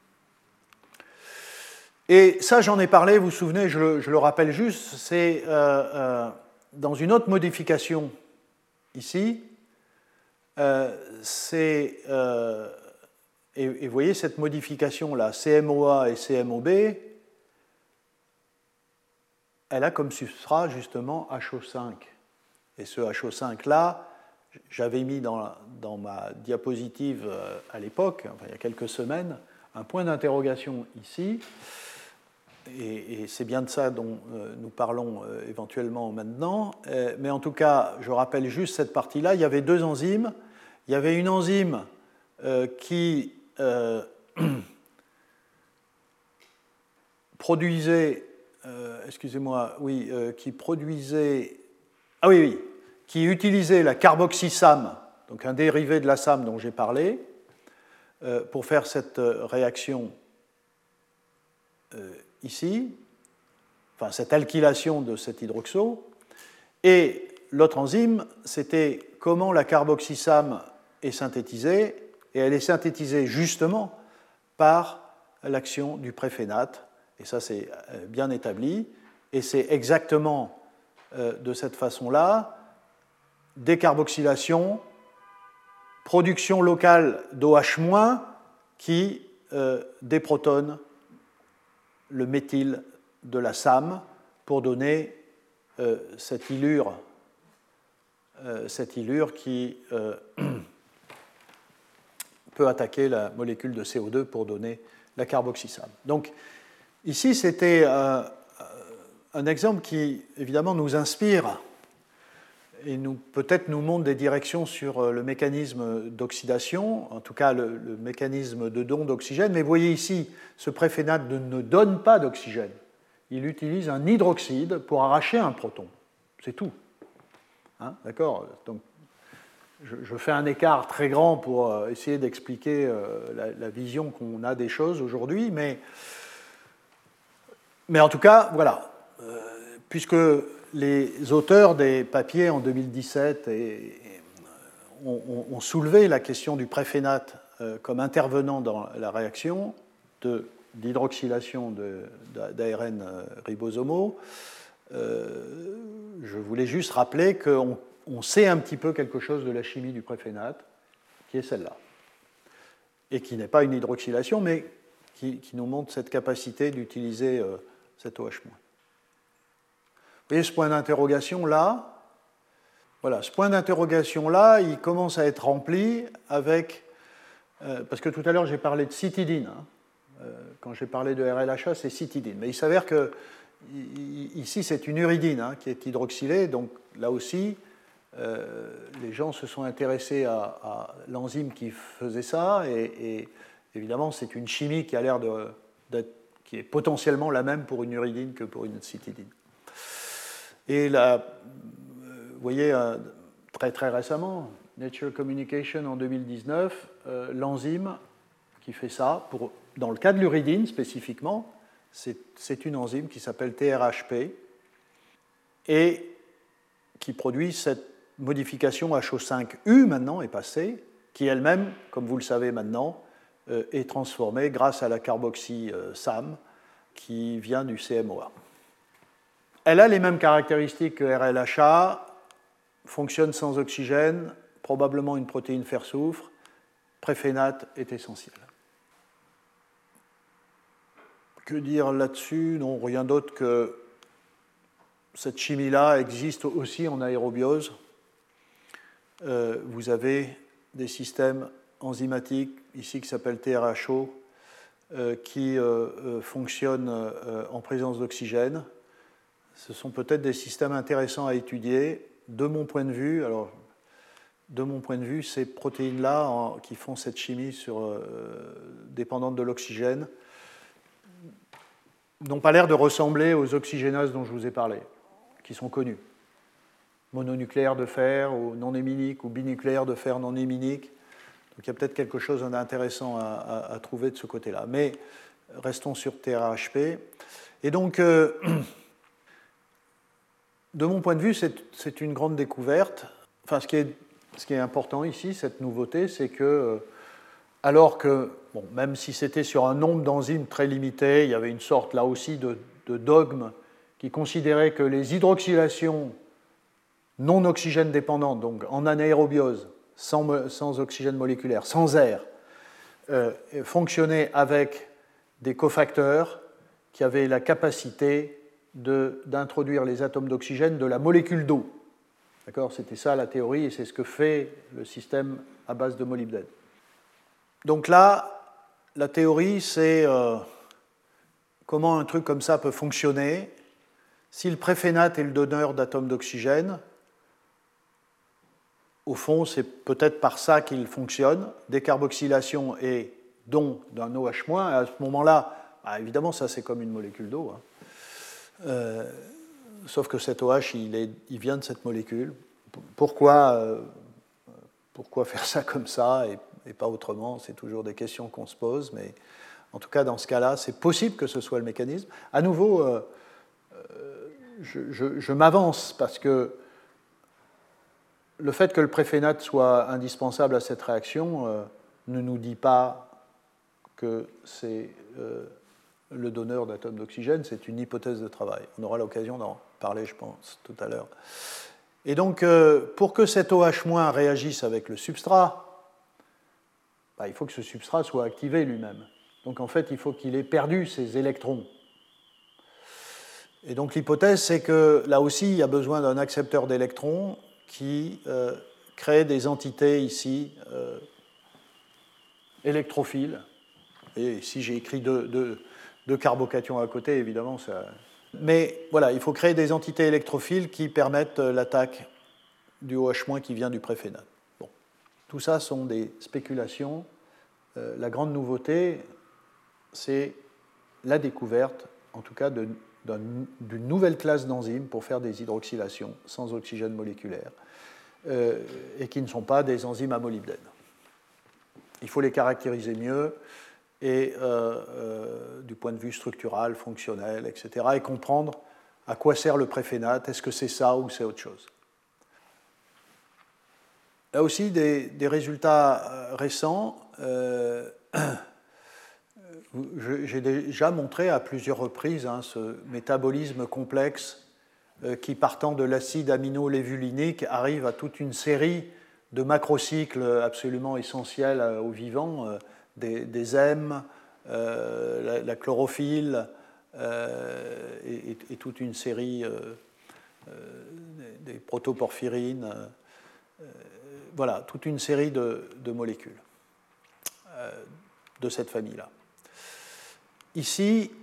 B: Et ça, j'en ai parlé, vous vous souvenez, je le, je le rappelle juste, c'est euh, euh, dans une autre modification ici, euh, c'est, euh, et, et vous voyez cette modification-là, C M O A et C M O B, elle a comme substrat justement H O cinq. Et ce H O cinq-là, j'avais mis dans, dans ma diapositive euh, à l'époque, enfin, il y a quelques semaines, un point d'interrogation ici. Et, et c'est bien de ça dont euh, nous parlons euh, éventuellement maintenant. Euh, mais en tout cas, je rappelle juste cette partie-là. Il y avait deux enzymes. Il y avait une enzyme euh, qui euh, produisait, euh, excusez-moi, oui, euh, qui produisait, ah oui, oui, qui utilisait la carboxysame, donc un dérivé de la same dont j'ai parlé, euh, pour faire cette réaction euh, ici, enfin cette alkylation de cet hydroxo, et l'autre enzyme, c'était comment la carboxysame est synthétisée, et elle est synthétisée justement par l'action du préphénate, et ça c'est bien établi, et c'est exactement euh, de cette façon-là, décarboxylation, production locale d'OH- qui euh, déprotonne le méthyle de la SAM pour donner euh, cette ylure, euh, cette ylure qui euh, peut attaquer la molécule de C O deux pour donner la carboxysame. Donc ici, c'était euh, un exemple qui, évidemment, nous inspire et nous, peut-être nous montre des directions sur le mécanisme d'oxydation, en tout cas le, le mécanisme de don d'oxygène. Mais vous voyez ici, ce préphénate ne donne pas d'oxygène. Il utilise un hydroxyde pour arracher un proton. C'est tout. Hein, d'accord ? Donc, je, je fais un écart très grand pour essayer d'expliquer euh, la, la vision qu'on a des choses aujourd'hui, mais, mais en tout cas, voilà. Euh, puisque les auteurs des papiers en deux mille dix-sept et, et, ont, ont soulevé la question du préphénate euh, comme intervenant dans la réaction de, d'hydroxylation de, d'A R N ribosomaux. Euh, je voulais juste rappeler qu'on on sait un petit peu quelque chose de la chimie du préphénate, qui est celle-là, et qui n'est pas une hydroxylation, mais qui, qui nous montre cette capacité d'utiliser euh, cet OH-. Vous voyez ce point d'interrogation-là, voilà, ce point d'interrogation-là, il commence à être rempli avec, euh, parce que tout à l'heure j'ai parlé de citidine, hein, euh, quand j'ai parlé de R L H A, c'est citidine, mais il s'avère que ici c'est une uridine hein, qui est hydroxylée, donc là aussi, euh, les gens se sont intéressés à, à l'enzyme qui faisait ça, et, et évidemment c'est une chimie qui a l'air de, d'être, qui est potentiellement la même pour une uridine que pour une citidine. Et là, vous voyez, très très récemment, Nature Communication en deux mille dix-neuf, euh, l'enzyme qui fait ça, pour, dans le cas de l'uridine spécifiquement, c'est, c'est une enzyme qui s'appelle T R H P et qui produit cette modification H O cinq U maintenant, est passée, qui elle-même, comme vous le savez maintenant, euh, est transformée grâce à la carboxy euh, SAM qui vient du C M O A. Elle a les mêmes caractéristiques que R L H A, fonctionne sans oxygène, probablement une protéine fer-soufre, préphénate est essentiel. Que dire là-dessus? Non, rien d'autre que cette chimie-là existe aussi en aérobiose. Euh, vous avez des systèmes enzymatiques, ici qui s'appellent T R H O, euh, qui euh, euh, fonctionnent euh, en présence d'oxygène. Ce sont peut-être des systèmes intéressants à étudier. De mon point de vue, alors, de mon point de vue, ces protéines-là en, qui font cette chimie sur, euh, dépendante de l'oxygène n'ont pas l'air de ressembler aux oxygénases dont je vous ai parlé, qui sont connues. Mononucléaire de fer, ou non héminique, ou binucléaire de fer non héminique. Donc il y a peut-être quelque chose d'intéressant à, à, à trouver de ce côté-là. Mais restons sur T R H P. Et donc, euh, de mon point de vue, c'est, c'est une grande découverte. Enfin, ce qui est, ce qui est important ici, cette nouveauté, c'est que, euh, alors que, bon, même si c'était sur un nombre d'enzymes très limité, il y avait une sorte, là aussi, de, de dogme qui considérait que les hydroxylations non oxygène dépendantes, donc en anaérobiose, sans, sans oxygène moléculaire, sans air, euh, fonctionnaient avec des cofacteurs qui avaient la capacité de, d'introduire les atomes d'oxygène de la molécule d'eau. D'accord ? C'était ça la théorie, et c'est ce que fait le système à base de molybdène. Donc là, la théorie, c'est euh, comment un truc comme ça peut fonctionner. Si le préphénate est le donneur d'atomes d'oxygène, au fond, c'est peut-être par ça qu'il fonctionne, décarboxylation et don d'un O H-, et à ce moment-là, bah évidemment, ça c'est comme une molécule d'eau. Hein. Euh, sauf que cet OH, il, est, il vient de cette molécule. Pourquoi, euh, pourquoi faire ça comme ça et, et pas autrement? C'est toujours des questions qu'on se pose, mais en tout cas, dans ce cas-là, c'est possible que ce soit le mécanisme. À nouveau, euh, euh, je, je, je m'avance parce que le fait que le préphénate soit indispensable à cette réaction euh, ne nous dit pas que c'est euh, le donneur d'atomes d'oxygène, c'est une hypothèse de travail. On aura l'occasion d'en parler, je pense, tout à l'heure. Et donc, euh, pour que cet OH- réagisse avec le substrat, bah, il faut que ce substrat soit activé lui-même. Donc, en fait, il faut qu'il ait perdu ses électrons. Et donc, l'hypothèse, c'est que là aussi, il y a besoin d'un accepteur d'électrons qui euh, crée des entités ici euh, électrophiles. Et ici, j'ai écrit deux, deux, deux carbocations à côté, évidemment. Ça... Mais voilà, il faut créer des entités électrophiles qui permettent l'attaque du OH- qui vient du préphénate. Bon. Tout ça sont des spéculations. Euh, la grande nouveauté, c'est la découverte, en tout cas, de, d'un, d'une nouvelle classe d'enzymes pour faire des hydroxylations sans oxygène moléculaire, euh, et qui ne sont pas des enzymes à molybdène. Il faut les caractériser mieux, et euh, euh, du point de vue structural, fonctionnel, et cetera, et comprendre à quoi sert le préphénate, est-ce que c'est ça ou c'est autre chose. Là aussi, des, des résultats récents. Euh, j'ai déjà montré à plusieurs reprises hein, ce métabolisme complexe euh, qui, partant de l'acide amino-lévulinique, arrive à toute une série de macrocycles absolument essentiels aux vivants, euh, des, des hèmes, euh, la, la chlorophylle euh, et, et toute une série euh, euh, des, des protoporphyrines. Euh, voilà, toute une série de, de molécules euh, de cette famille-là. Ici,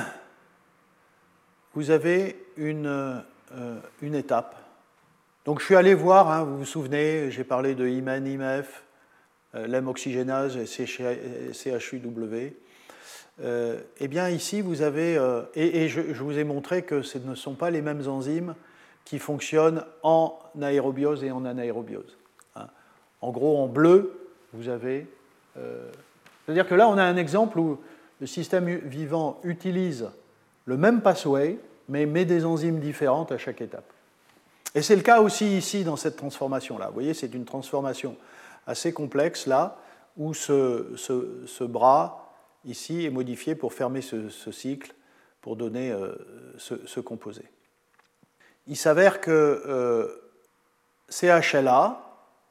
B: vous avez une, euh, une étape. Donc je suis allé voir, hein, vous vous souvenez, j'ai parlé de I M E N, I M E F, euh, l'hème oxygénase et C H U W. Euh, eh bien ici, vous avez, euh, et, et je, je vous ai montré que ce ne sont pas les mêmes enzymes qui fonctionnent en aérobiose et en anaérobiose. Hein. En gros, en bleu, vous avez... Euh, c'est-à-dire que là, on a un exemple où le système vivant utilise le même pathway, mais met des enzymes différentes à chaque étape. Et c'est le cas aussi ici dans cette transformation-là. Vous voyez, c'est une transformation assez complexe là, où ce, ce, ce bras ici est modifié pour fermer ce, ce cycle, pour donner euh, ce, ce composé. Il s'avère que euh, C H L A,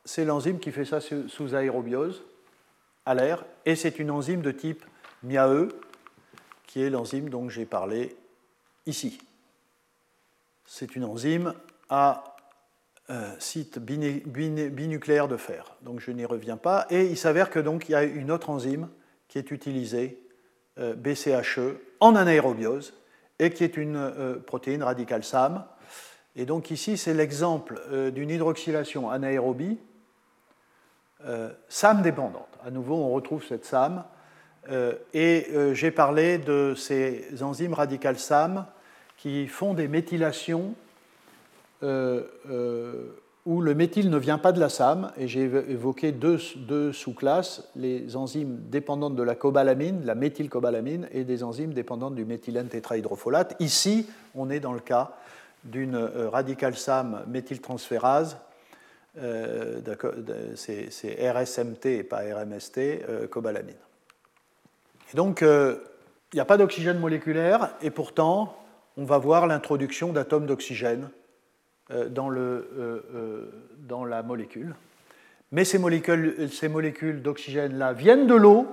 B: c'est l'enzyme qui fait ça sous aérobiose, à l'air, et c'est une enzyme de type M I A E, qui est l'enzyme dont j'ai parlé ici. C'est une enzyme à euh, site biné, biné, binucléaire de fer, donc je n'y reviens pas. Et il s'avère que donc il y a une autre enzyme qui est utilisée, euh, B C H E, en anaérobiose, et qui est une euh, protéine radicale S A M. Et donc ici, c'est l'exemple euh, d'une hydroxylation anaérobie euh, S A M dépendante. À nouveau, on retrouve cette S A M. Euh, et euh, j'ai parlé de ces enzymes radicales S A M qui font des méthylations euh, euh, où le méthyle ne vient pas de la S A M. Et j'ai évoqué deux, deux sous-classes, les enzymes dépendantes de la cobalamine, la méthylcobalamine, et des enzymes dépendantes du méthylène tétrahydrofolate. Ici, on est dans le cas d'une euh, radicale S A M méthyltransférase, euh, c'est, c'est R S M T et pas R M S T, euh, cobalamine. Et donc, il euh, n'y a pas d'oxygène moléculaire, et pourtant, on va voir l'introduction d'atomes d'oxygène euh, dans, le, euh, euh, dans la molécule. Mais ces molécules, ces molécules d'oxygène-là viennent de l'eau,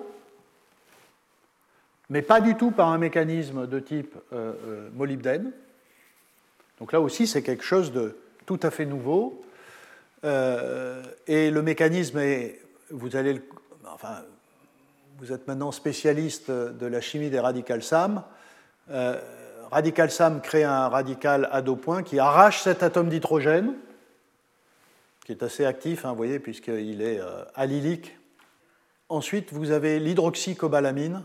B: mais pas du tout par un mécanisme de type euh, euh, molybdène. Donc là aussi, c'est quelque chose de tout à fait nouveau. Euh, et le mécanisme est, vous allez, le, enfin, vous êtes maintenant spécialiste de la chimie des radicales S A M. Euh, radical S A M crée un radical à deux points qui arrache cet atome d'hydrogène, qui est assez actif, hein, vous voyez, puisqu'il est euh, allylique. Ensuite, vous avez l'hydroxycobalamine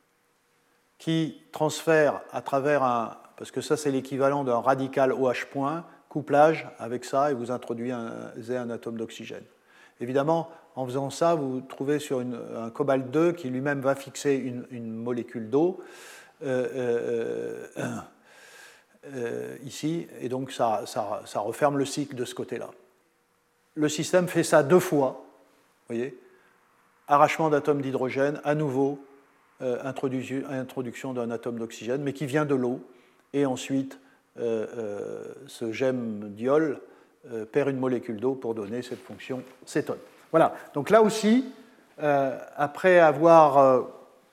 B: qui transfère à travers un, parce que ça c'est l'équivalent d'un radical OH point, couplage avec ça, et vous introduisez un, un atome d'oxygène. Évidemment, en faisant ça, vous trouvez sur une, un cobalt deux qui lui-même va fixer une, une molécule d'eau euh, euh, euh, euh, ici, et donc ça, ça, ça referme le cycle de ce côté-là. Le système fait ça deux fois, vous voyez, arrachement d'atomes d'hydrogène, à nouveau euh, introdu, introduction d'un atome d'oxygène, mais qui vient de l'eau, et ensuite euh, euh, ce gemme diol euh, perd une molécule d'eau pour donner cette fonction cétone. Voilà, donc là aussi, euh, après avoir, euh,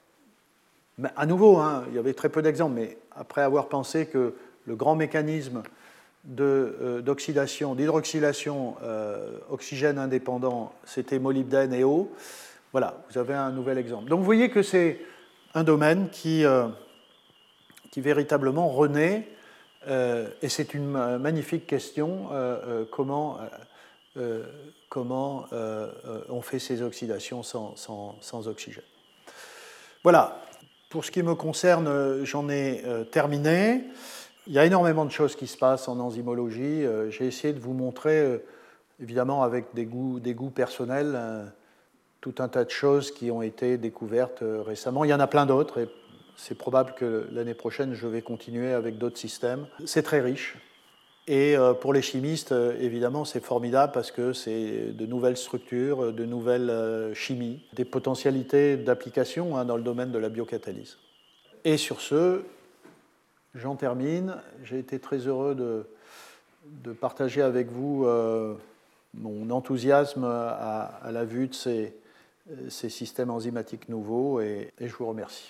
B: à nouveau, hein, il y avait très peu d'exemples, mais après avoir pensé que le grand mécanisme de, euh, d'oxydation, d'hydroxylation euh, oxygène indépendant, c'était molybdène et eau, voilà, vous avez un nouvel exemple. Donc vous voyez que c'est un domaine qui, euh, qui véritablement renaît, euh, et c'est une magnifique question, euh, euh, comment... Euh, comment euh, on fait ces oxydations sans, sans, sans oxygène. Voilà, pour ce qui me concerne, j'en ai euh, terminé. Il y a énormément de choses qui se passent en enzymologie. Euh, j'ai essayé de vous montrer, euh, évidemment avec des goûts, des goûts personnels, euh, tout un tas de choses qui ont été découvertes euh, récemment. Il y en a plein d'autres, et c'est probable que l'année prochaine, je vais continuer avec d'autres systèmes. C'est très riche. Et pour les chimistes, évidemment, c'est formidable parce que c'est de nouvelles structures, de nouvelles chimies, des potentialités d'application hein, dans le domaine de la biocatalyse. Et sur ce, j'en termine. J'ai été très heureux de, de partager avec vous euh, mon enthousiasme à, à la vue de ces, ces systèmes enzymatiques nouveaux et, et je vous remercie.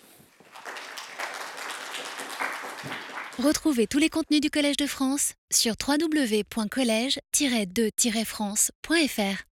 A: Retrouvez tous les contenus du Collège de France sur w w w point collège tiret de tiret france point f r.